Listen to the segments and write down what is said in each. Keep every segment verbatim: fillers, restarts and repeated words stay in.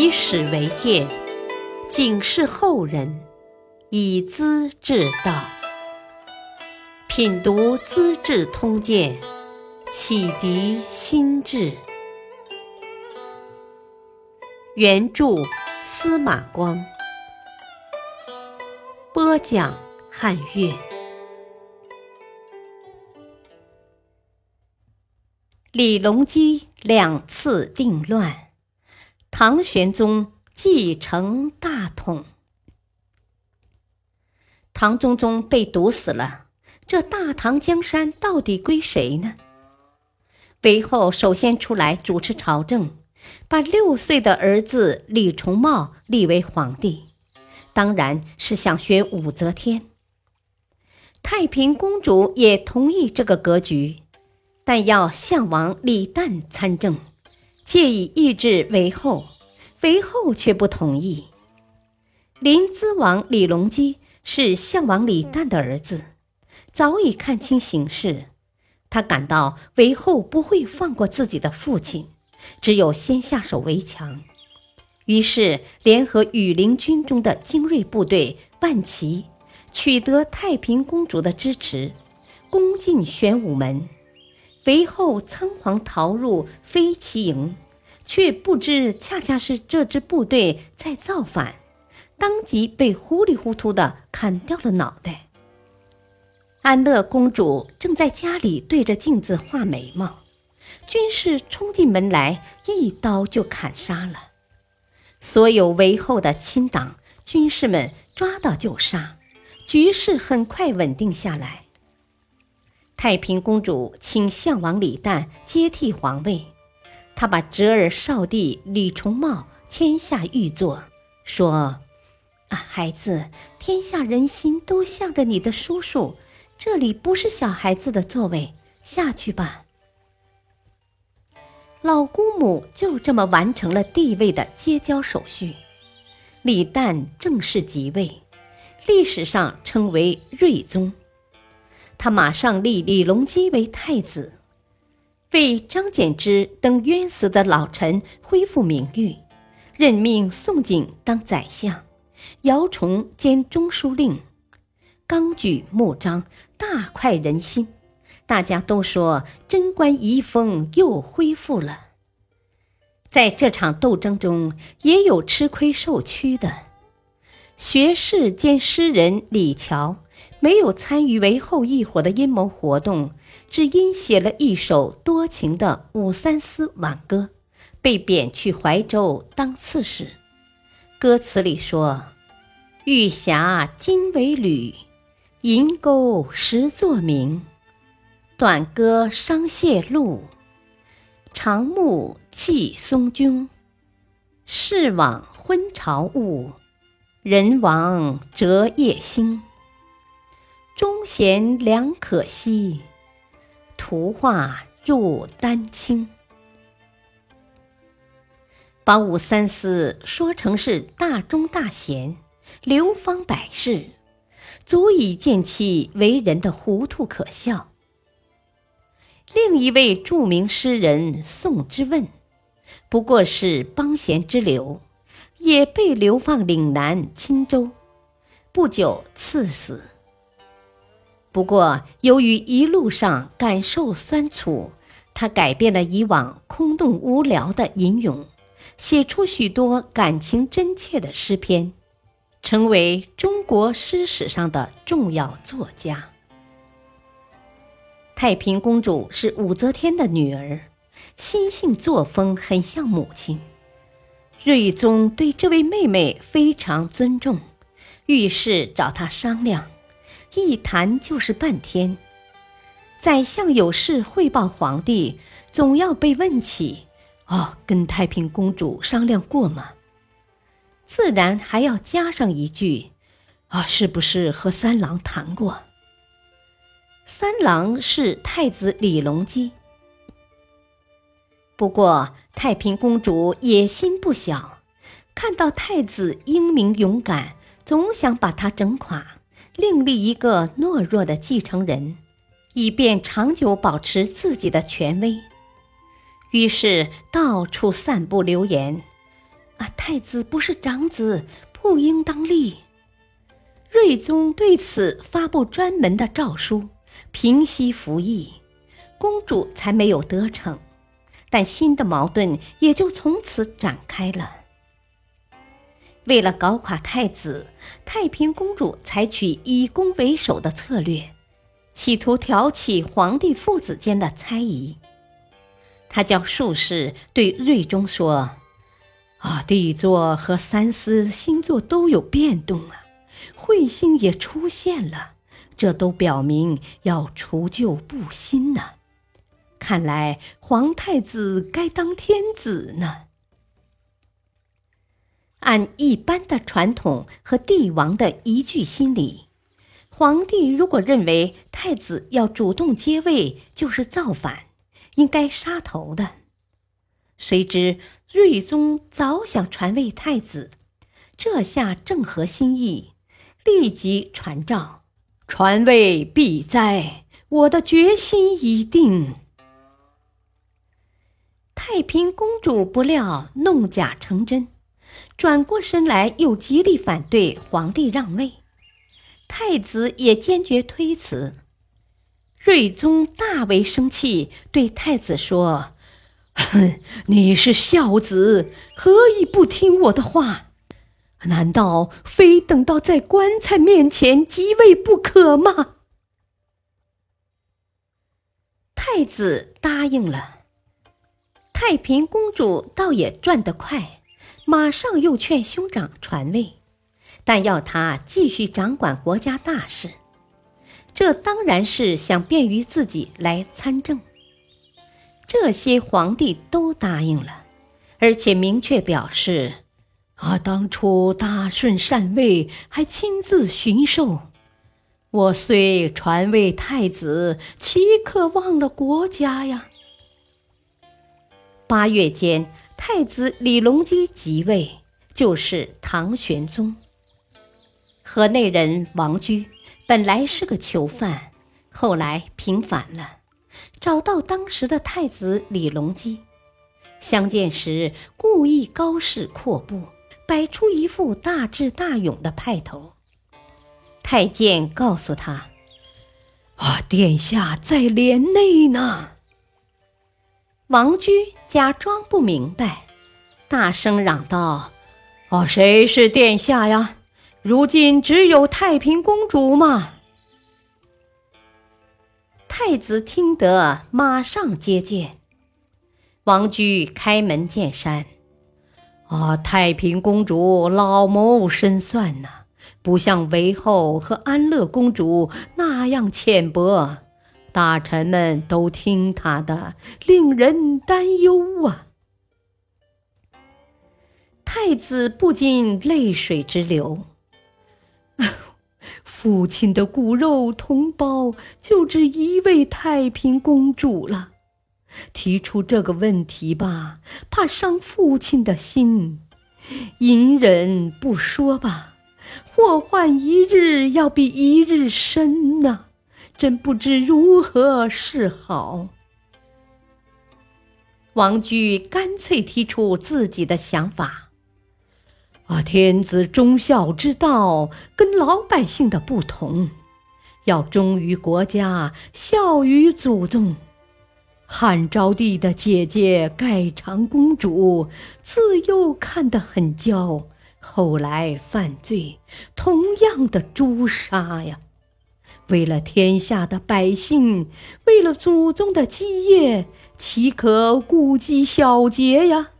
以史为鉴，警示后人，以资治道。品读《资治通鉴》，启迪心智。原著司马光，播讲汉乐。李隆基两次定乱，唐玄宗继承大统。唐中宗被毒死了，这大唐江山到底归谁呢？韦后首先出来主持朝政，把六岁的儿子李重茂立为皇帝，当然是想学武则天。太平公主也同意这个格局，但要相王李旦参政，借以抑制韦后，韦后却不同意。临淄王李隆基是相王李旦的儿子，早已看清形势，他感到韦后不会放过自己的父亲，只有先下手为强，于是联合羽林军中的精锐部队万骑，取得太平公主的支持，攻进玄武门。韦后仓皇逃入飞骑营，却不知恰恰是这支部队在造反，当即被糊里糊涂地砍掉了脑袋。安乐公主正在家里对着镜子画眉毛，军士冲进门来，一刀就砍杀了。所有韦后的亲党军士们抓到就杀，局势很快稳定下来。太平公主请相王李旦接替皇位，她把侄儿少帝李重茂签下御座，说：啊，孩子，天下人心都向着你的叔叔，这里不是小孩子的座位，下去吧。老姑母就这么完成了帝位的接交手续，李旦正式即位，历史上称为睿宗。他马上立李隆基为太子，为张柬之等冤死的老臣恢复名誉，任命宋璟当宰相，姚崇兼中书令，纲举目张，大快人心，大家都说贞观遗风又恢复了。在这场斗争中，也有吃亏受屈的。学士兼诗人李峤没有参与韦后一伙的阴谋活动，只因写了一首多情的武三思挽歌，被贬去怀州当刺史。歌词里说：玉匣金为履，银钩实作名，短歌伤谢路，长木泣松君。事往昏朝雾，人亡折夜星。忠贤良可惜，图画入丹青。把武三思说成是大忠大贤、流芳百世，足以见其为人的糊涂可笑。另一位著名诗人宋之问，不过是帮闲之流，也被流放岭南钦州，不久赐死。不过由于一路上感受酸楚，他改变了以往空洞无聊的吟咏，写出许多感情真切的诗篇，成为中国诗史上的重要作家。太平公主是武则天的女儿，心性作风很像母亲。睿宗对这位妹妹非常尊重，遇事找她商量，一谈就是半天。宰相有事汇报皇帝，总要被问起：哦，跟太平公主商量过吗？自然还要加上一句：啊，是不是和三郎谈过？三郎是太子李隆基。不过太平公主野心不小，看到太子英明勇敢，总想把他整垮，另立一个懦弱的继承人，以便长久保持自己的权威。于是到处散布流言： 啊，太子不是长子，不应当立。睿宗对此发布专门的诏书，平息服役，公主才没有得逞，但新的矛盾也就从此展开了。为了搞垮太子，太平公主采取以攻为守的策略，企图挑起皇帝父子间的猜疑。她叫术士对睿宗说：啊，帝座和三司星座都有变动啊，彗星也出现了，这都表明要除旧布新呢。看来皇太子该当天子呢。按一般的传统和帝王的依据心理，皇帝如果认为太子要主动接位就是造反，应该杀头的。谁知睿宗早想传位太子，这下正合心意，立即传诏：传位必哉，我的决心已定。太平公主不料弄假成真，转过身来又极力反对皇帝让位，太子也坚决推辞。睿宗大为生气，对太子说：哼，你是孝子，何以不听我的话？难道非等到在棺材面前即位不可吗？太子答应了。太平公主倒也转得快，马上又劝兄长传位，但要他继续掌管国家大事。这当然是想便于自己来参政。这些皇帝都答应了，而且明确表示：啊，当初大顺禅位，还亲自巡狩。我虽传位太子，岂可忘了国家呀？八月间，太子李隆基即位，就是唐玄宗。河内人王居本来是个囚犯，后来平反了，找到当时的太子李隆基，相见时故意高势阔步，摆出一副大智大勇的派头。太监告诉他：啊，殿下在帘内呢。王居假装不明白，大声嚷道：哦，谁是殿下呀？如今只有太平公主吗？太子听得，马上接见。王居开门见山：啊，太平公主老谋深算呐、啊，不像韦后和安乐公主那样浅薄，大臣们都听她的，令人担忧啊。太子不禁泪水直流，父亲的骨肉同胞就只一位太平公主了，提出这个问题吧，怕伤父亲的心，隐忍不说吧，祸患一日要比一日深呐、啊，真不知如何是好。王居干脆提出自己的想法：啊，天子忠孝之道跟老百姓的不同，要忠于国家，孝于祖宗。汉昭帝的姐姐盖长公主自幼看得很骄，后来犯罪，同样的诛杀呀。为了天下的百姓，为了祖宗的基业，岂可顾及小节呀？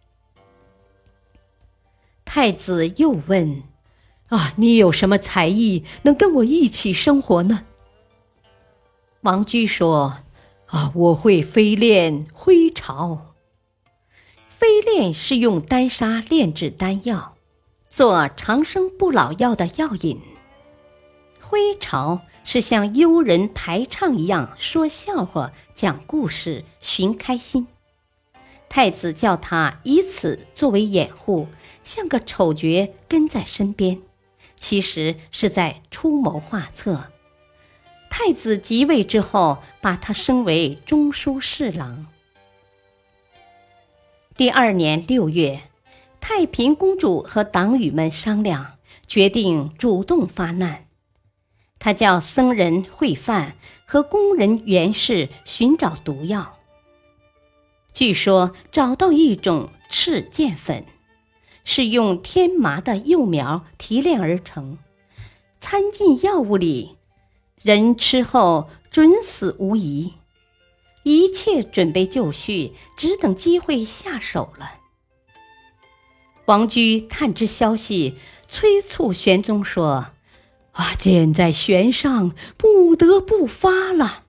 太子又问：啊，你有什么才艺能跟我一起生活呢？王居说：啊，我会飞炼灰巢。飞炼是用丹砂炼制丹药，做长生不老药的药引。挥巢是像幽人排唱一样说笑话、讲故事、寻开心。太子叫他以此作为掩护，像个丑角跟在身边，其实是在出谋划策。太子即位之后，把他升为中书侍郎。第二年六月， 太平公主和党羽们商量，决定主动发难。他叫僧人慧范和工人袁氏寻找毒药。据说找到一种赤剑粉，是用天麻的幼苗提炼而成，掺进药物里，人吃后准死无疑。一切准备就绪，只等机会下手了。王居探知消息，催促玄宗说：啊，箭在弦上，不得不发了。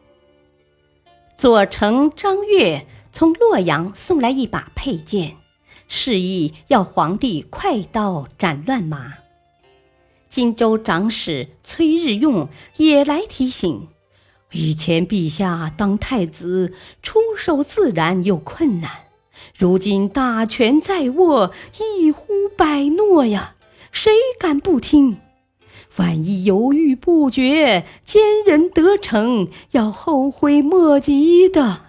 左丞张悦从洛阳送来一把佩剑，示意要皇帝快刀斩乱麻。荆州长史崔日用也来提醒：以前陛下当太子，出手自然有困难，如今大权在握，一呼百诺呀，谁敢不听？万一犹豫不决，奸人得逞，要后悔莫及的。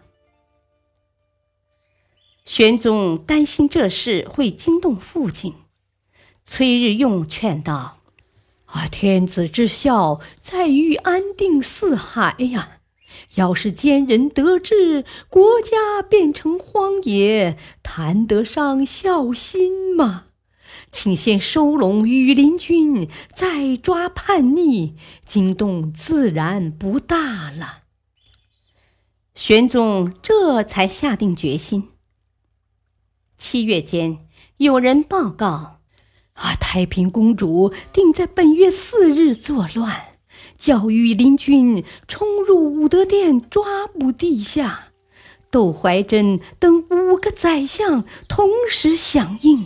玄宗担心这事会惊动父亲，崔日用劝道：啊，天子之孝在于安定四海呀！要是奸人得志，国家变成荒野，谈得上孝心吗？请先收拢羽林军，再抓叛逆，惊动自然不大了。玄宗这才下定决心。七月间，有人报告：啊，太平公主定在本月四日作乱，叫羽林军冲入武德殿抓捕陛下。窦怀珍等五个宰相同时响应。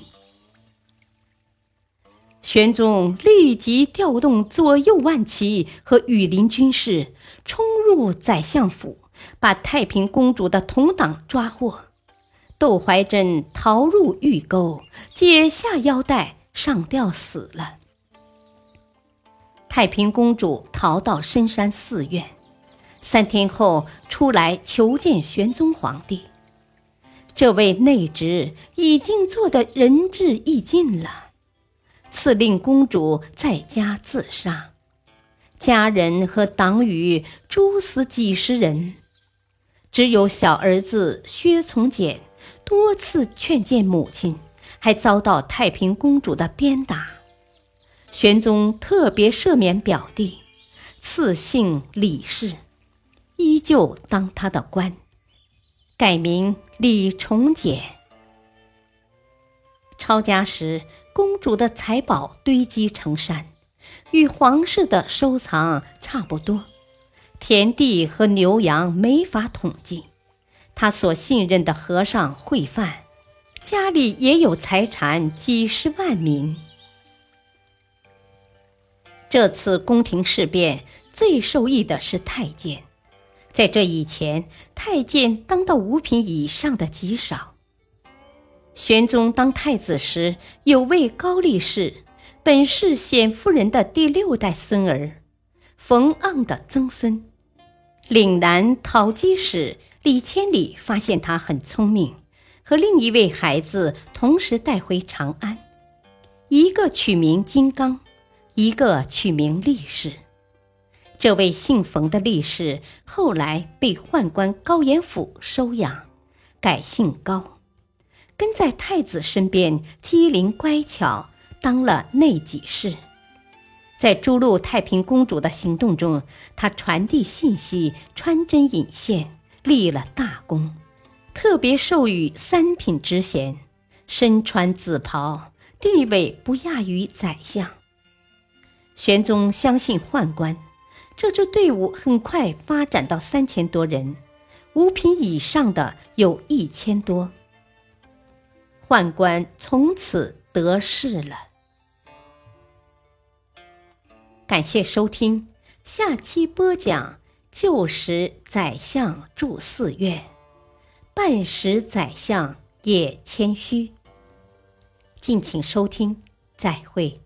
玄宗立即调动左右万骑和羽林军士，冲入宰相府，把太平公主的同党抓获。窦怀珍逃入御沟，解下腰带，上吊死了。太平公主逃到深山寺院，三天后出来求见玄宗皇帝。这位内侄已经做得仁至义尽了，赐令公主在家自杀，家人和党羽诛死几十人。只有小儿子薛从简多次劝谏母亲，还遭到太平公主的鞭打。玄宗特别赦免表弟，赐姓李氏，依旧当他的官，改名李从简。抄家时，公主的财宝堆积成山，与皇室的收藏差不多，田地和牛羊没法统计。他所信任的和尚慧范，家里也有财产几十万民。这次宫廷事变最受益的是太监，在这以前，太监当到五品以上的极少。玄宗当太子时，有位高力士，本是显夫人的第六代孙儿，冯盎的曾孙。岭南讨击使李千里发现他很聪明，和另一位孩子同时带回长安，一个取名金刚，一个取名力士。这位姓冯的力士后来被宦官高彦甫收养，改姓高，跟在太子身边机灵乖巧，当了内给事。在诛戮太平公主的行动中，他传递信息，穿针引线，立了大功，特别授予三品知衔，身穿紫袍，地位不亚于宰相。玄宗相信宦官，这支队伍很快发展到三千多人，五品以上的有一千多。宦官从此得势了。感谢收听，下期播讲旧时宰相住寺院，半时宰相也谦虚。敬请收听，再会。